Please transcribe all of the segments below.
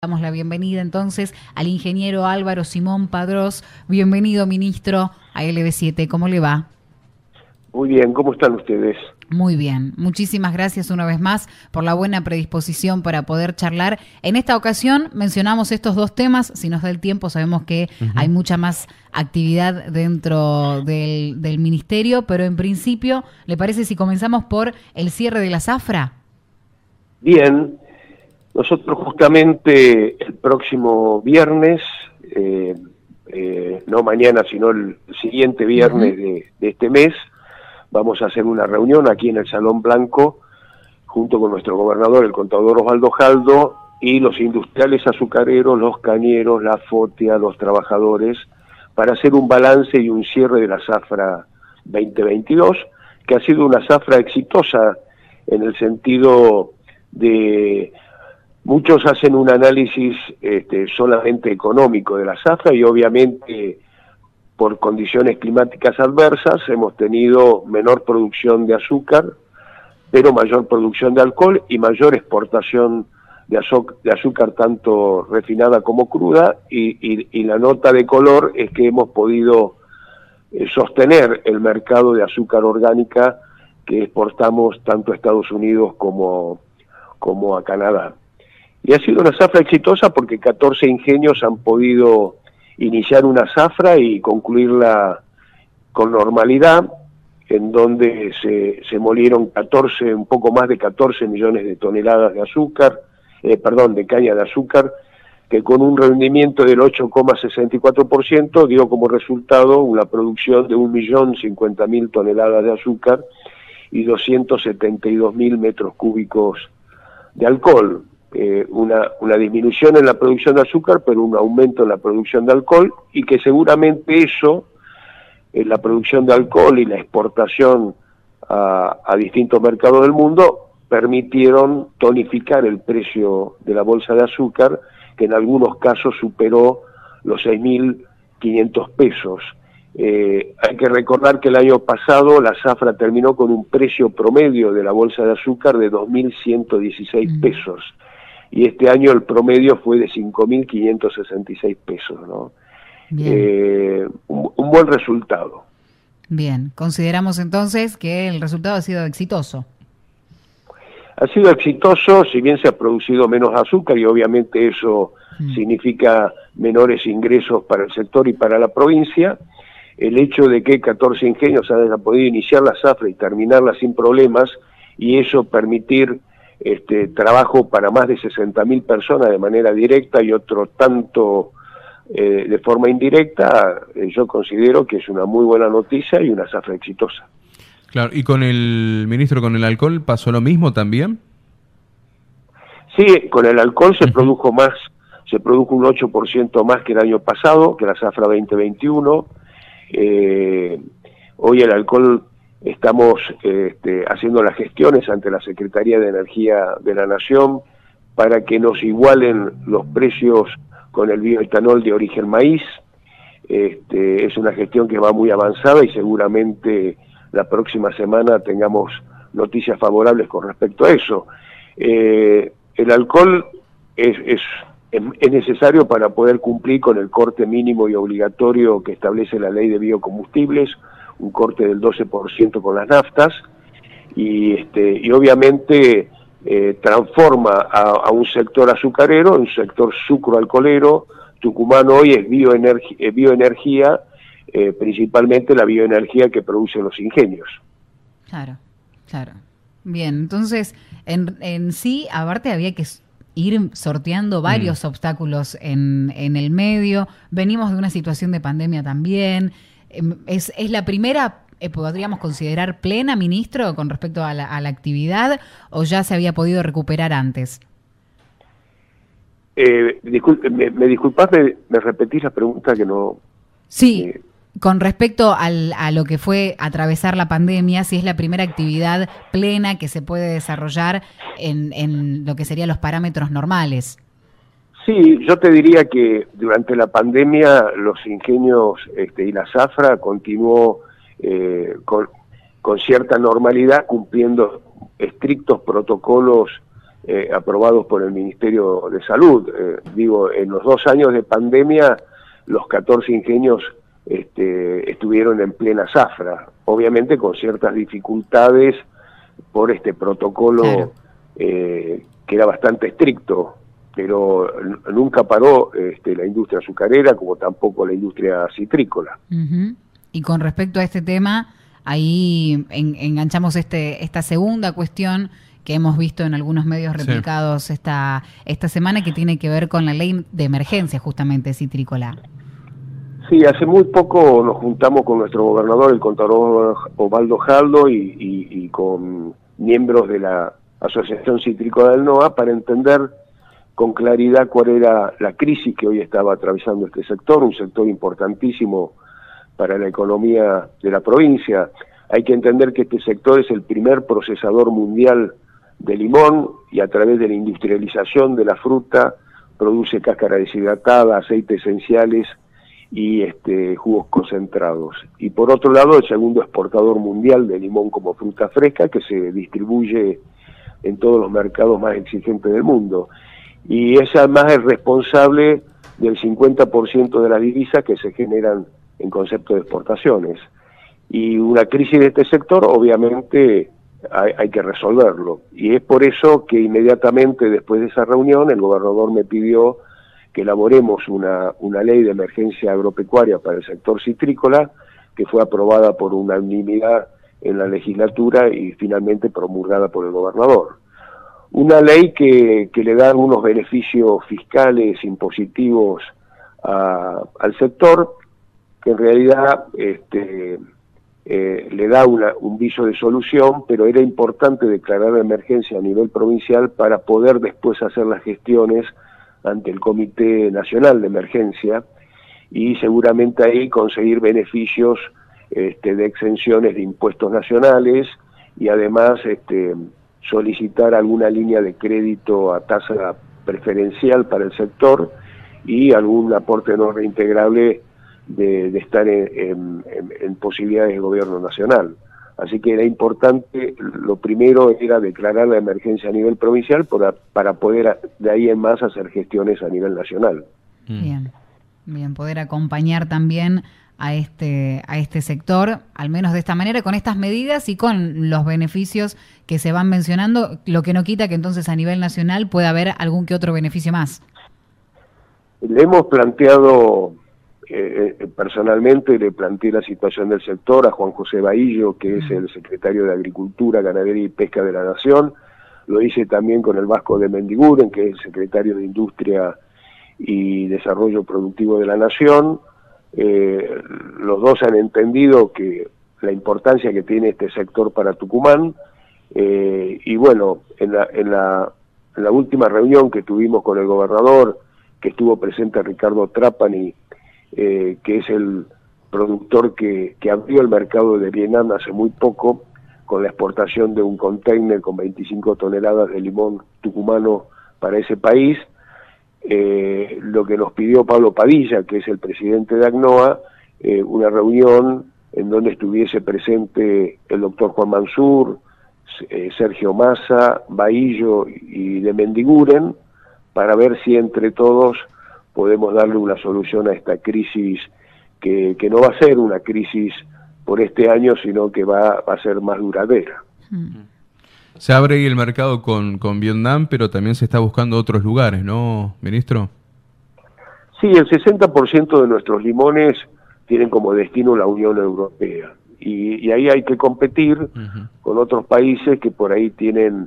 Damos la bienvenida entonces al ingeniero Álvaro Simón Padrós. Bienvenido, ministro, a LB7. ¿Cómo le va? Muy bien, ¿cómo están ustedes? Muy bien. Muchísimas gracias una vez más por la buena predisposición para poder charlar. En esta ocasión mencionamos estos dos temas. Si nos da el tiempo, sabemos que hay mucha más actividad dentro del ministerio, pero en principio, ¿le parece si comenzamos por el cierre de la zafra? Bien. Nosotros justamente el próximo viernes, no mañana, sino el siguiente viernes de este mes, vamos a hacer una reunión aquí en el Salón Blanco, junto con nuestro gobernador, el contador Osvaldo Jaldo, y los industriales azucareros, los cañeros, la FOTIA, los trabajadores, para hacer un balance y un cierre de la zafra 2022, que ha sido una zafra exitosa en el sentido de... Muchos hacen un análisis solamente económico de la zafra y obviamente por condiciones climáticas adversas hemos tenido menor producción de azúcar, pero mayor producción de alcohol y mayor exportación de azúcar tanto refinada como cruda y la nota de color es que hemos podido sostener el mercado de azúcar orgánica que exportamos tanto a Estados Unidos como a Canadá. Y ha sido una zafra exitosa porque 14 ingenios han podido iniciar una zafra y concluirla con normalidad, en donde se molieron un poco más de 14 millones de toneladas de azúcar, de caña de azúcar, que con un rendimiento del 8,64% dio como resultado una producción de 1.050.000 toneladas de azúcar y 272.000 metros cúbicos de alcohol. Una disminución en la producción de azúcar, pero un aumento en la producción de alcohol, y que seguramente eso, la producción de alcohol y la exportación a distintos mercados del mundo, permitieron tonificar el precio de la bolsa de azúcar, que en algunos casos superó los 6.500 pesos. Hay que recordar que el año pasado la zafra terminó con un precio promedio de la bolsa de azúcar de 2.116 pesos. Y este año el promedio fue de 5.566 pesos, ¿no? Un buen resultado. Bien, consideramos entonces que el resultado ha sido exitoso. Ha sido exitoso, si bien se ha producido menos azúcar y obviamente eso significa menores ingresos para el sector y para la provincia. El hecho de que 14 ingenios hayan podido iniciar la zafra y terminarla sin problemas, y eso permitir trabajo para más de 60.000 personas de manera directa y otro tanto de forma indirecta, yo considero que es una muy buena noticia y una zafra exitosa. Claro, ¿y con el ministro, con el alcohol, pasó lo mismo también? Sí, con el alcohol se produjo un 8% más que el año pasado, que la zafra 2021. Hoy el alcohol estamos haciendo las gestiones ante la Secretaría de Energía de la Nación para que nos igualen los precios con el bioetanol de origen maíz. Es una gestión que va muy avanzada y seguramente la próxima semana tengamos noticias favorables con respecto a eso. El alcohol es necesario para poder cumplir con el corte mínimo y obligatorio que establece la ley de biocombustibles, un corte del 12% con las naftas, y obviamente transforma a un sector azucarero, un sector sucroalcoholero. Tucumán hoy es bioenergía, principalmente la bioenergía que producen los ingenios. Claro, claro. Bien, entonces, en sí, aparte había que ir sorteando varios obstáculos en el medio. Venimos de una situación de pandemia también. ¿Es la primera, podríamos considerar, plena, ministro, con respecto a la actividad, o ya se había podido recuperar antes? ¿Me disculpás, me repetís la pregunta que no...? Sí, con respecto a lo que fue atravesar la pandemia, si es la primera actividad plena que se puede desarrollar en lo que serían los parámetros normales. Sí, yo te diría que durante la pandemia los ingenios y la zafra continuó con cierta normalidad, cumpliendo estrictos protocolos aprobados por el Ministerio de Salud. Digo, en los 2 años de pandemia, los 14 ingenios estuvieron en plena zafra, obviamente con ciertas dificultades por este protocolo, claro, que era bastante estricto, pero nunca paró la industria azucarera, como tampoco la industria citrícola. Uh-huh. Y con respecto a este tema, ahí enganchamos esta segunda cuestión que hemos visto en algunos medios replicados esta semana, que tiene que ver con la ley de emergencia justamente citrícola. Sí, hace muy poco nos juntamos con nuestro gobernador, el contador Osvaldo Jaldo, y con miembros de la Asociación Citrícola del NOA para entender con claridad cuál era la crisis que hoy estaba atravesando este sector, un sector importantísimo para la economía de la provincia. Hay que entender que este sector es el primer procesador mundial de limón y a través de la industrialización de la fruta produce cáscara deshidratada, aceites esenciales y jugos concentrados. Y por otro lado, el segundo exportador mundial de limón como fruta fresca, que se distribuye en todos los mercados más exigentes del mundo. Y es además el responsable del 50% de las divisas que se generan en concepto de exportaciones. Y una crisis de este sector, obviamente, hay que resolverlo. Y es por eso que inmediatamente después de esa reunión, el gobernador me pidió que elaboremos una ley de emergencia agropecuaria para el sector citrícola, que fue aprobada por unanimidad en la legislatura y finalmente promulgada por el gobernador. Una ley que le da algunos beneficios fiscales, impositivos al sector, que en realidad le da un viso de solución, pero era importante declarar la emergencia a nivel provincial para poder después hacer las gestiones ante el Comité Nacional de Emergencia y seguramente ahí conseguir beneficios de exenciones de impuestos nacionales y además solicitar alguna línea de crédito a tasa preferencial para el sector y algún aporte no reintegrable de estar en posibilidades de gobierno nacional. Así que era importante, lo primero era declarar la emergencia a nivel provincial para poder de ahí en más hacer gestiones a nivel nacional. Bien, poder acompañar también a este sector, al menos de esta manera, con estas medidas y con los beneficios que se van mencionando, lo que no quita que entonces a nivel nacional pueda haber algún que otro beneficio más. Le hemos planteado, personalmente le planteé la situación del sector a Juan José Bahillo, que es el secretario de Agricultura, Ganadería y Pesca de la Nación. Lo hice también con el Vasco de Mendiguren, que es el secretario de Industria y Desarrollo Productivo de la Nación. Los dos han entendido que la importancia que tiene este sector para Tucumán, y bueno, en la última reunión que tuvimos con el gobernador, que estuvo presente Ricardo Trapani, que es el productor que abrió el mercado de Vietnam hace muy poco, con la exportación de un container con 25 toneladas de limón tucumano para ese país. Lo que nos pidió Pablo Padilla, que es el presidente de ACNOA, una reunión en donde estuviese presente el doctor Juan Mansur, Sergio Massa, Bahillo y de Mendiguren, para ver si entre todos podemos darle una solución a esta crisis, que no va a ser una crisis por este año, sino que va a ser más duradera. Se abre ahí el mercado con Vietnam, pero también se está buscando otros lugares, ¿no, ministro? Sí, el 60% de nuestros limones tienen como destino la Unión Europea. Y ahí hay que competir con otros países que por ahí tienen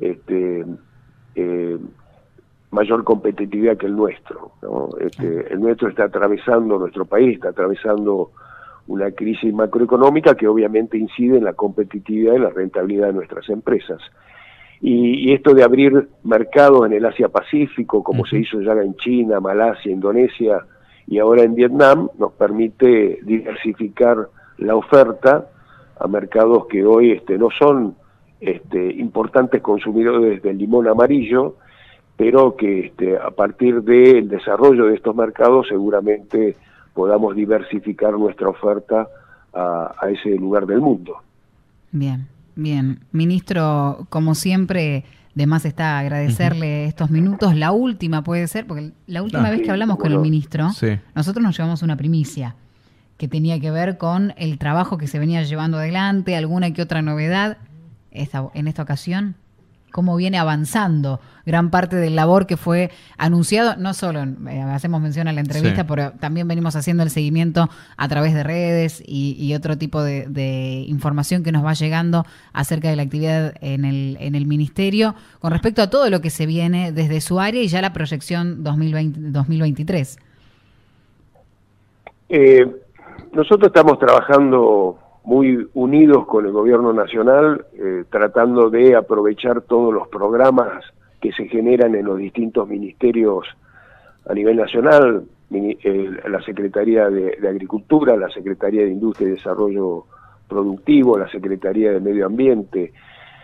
mayor competitividad que el nuestro, ¿no? El nuestro nuestro país está atravesando una crisis macroeconómica que obviamente incide en la competitividad y la rentabilidad de nuestras empresas. Y esto de abrir mercados en el Asia-Pacífico, como se hizo ya en China, Malasia, Indonesia y ahora en Vietnam, nos permite diversificar la oferta a mercados que hoy no son importantes consumidores del limón amarillo, pero que a partir del desarrollo de estos mercados seguramente podamos diversificar nuestra oferta a ese lugar del mundo. Bien. Ministro, como siempre, de más está agradecerle estos minutos. La última puede ser, porque la última vez que hablamos con el ministro, nosotros nos llevamos una primicia que tenía que ver con el trabajo que se venía llevando adelante, alguna que otra novedad. En esta ocasión, cómo viene avanzando gran parte del labor que fue anunciado, no solo hacemos mención a la entrevista, pero también venimos haciendo el seguimiento a través de redes y otro tipo de información que nos va llegando acerca de la actividad en el ministerio con respecto a todo lo que se viene desde su área y ya la proyección 2023. Nosotros estamos trabajando muy unidos con el gobierno nacional, tratando de aprovechar todos los programas que se generan en los distintos ministerios a nivel nacional, la Secretaría de Agricultura, la Secretaría de Industria y Desarrollo Productivo, la Secretaría de Medio Ambiente.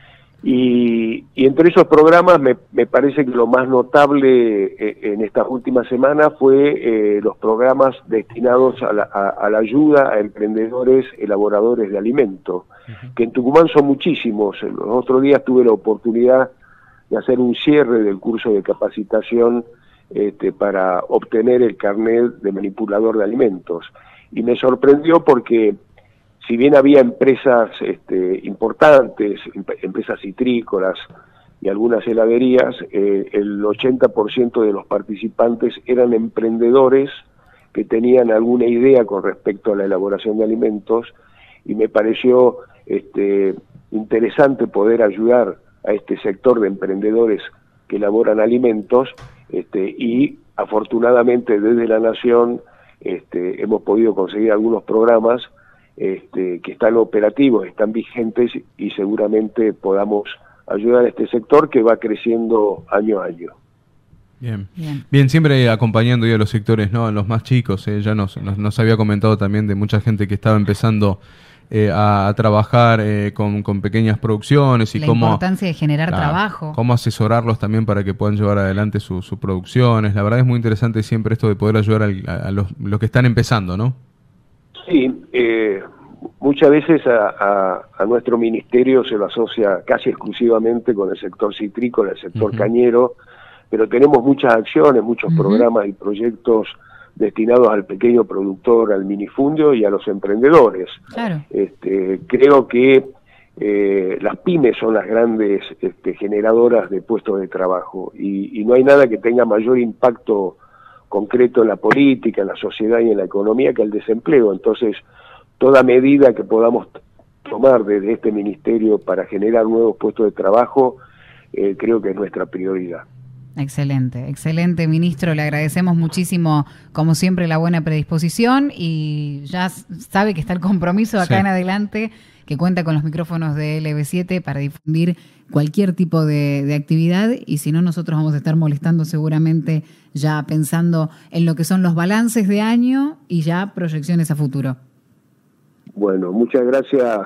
Y entre esos programas me parece que lo más notable en estas últimas semanas fue los programas destinados a la ayuda a emprendedores elaboradores de alimentos, que en Tucumán son muchísimos. Los otros días tuve la oportunidad de hacer un cierre del curso de capacitación para obtener el carnet de manipulador de alimentos. Y me sorprendió porque si bien había empresas importantes, empresas citrícolas y algunas heladerías, el 80% de los participantes eran emprendedores que tenían alguna idea con respecto a la elaboración de alimentos, y me pareció interesante poder ayudar a este sector de emprendedores que elaboran alimentos, y afortunadamente desde la Nación hemos podido conseguir algunos programas que están operativos, están vigentes, y seguramente podamos ayudar a este sector que va creciendo año a año. Bien, siempre acompañando a los sectores, ¿no? Los más chicos. Ya nos había comentado también de mucha gente que estaba empezando a trabajar con pequeñas producciones y la importancia de generar trabajo. Cómo asesorarlos también para que puedan llevar adelante sus producciones. La verdad es muy interesante siempre esto de poder ayudar a los que están empezando, ¿no? Sí, muchas veces a nuestro ministerio se lo asocia casi exclusivamente con el sector citrícola, el sector cañero, pero tenemos muchas acciones, muchos programas y proyectos destinados al pequeño productor, al minifundio y a los emprendedores. Claro. Creo que las pymes son las grandes generadoras de puestos de trabajo, y no hay nada que tenga mayor impacto concreto en la política, en la sociedad y en la economía que el desempleo. Entonces, toda medida que podamos tomar desde este ministerio para generar nuevos puestos de trabajo, creo que es nuestra prioridad. Excelente, excelente, ministro. Le agradecemos muchísimo, como siempre, la buena predisposición, y ya sabe que está el compromiso acá en adelante, que cuenta con los micrófonos de LB7 para difundir cualquier tipo de actividad, y si no, nosotros vamos a estar molestando seguramente ya pensando en lo que son los balances de año y ya proyecciones a futuro. Bueno, muchas gracias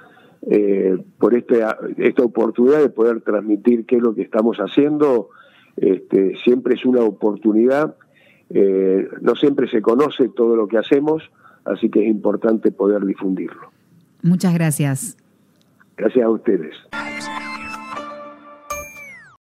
por esta oportunidad de poder transmitir qué es lo que estamos haciendo. Siempre es una oportunidad, no siempre se conoce todo lo que hacemos, así que es importante poder difundirlo. Muchas gracias. Gracias a ustedes.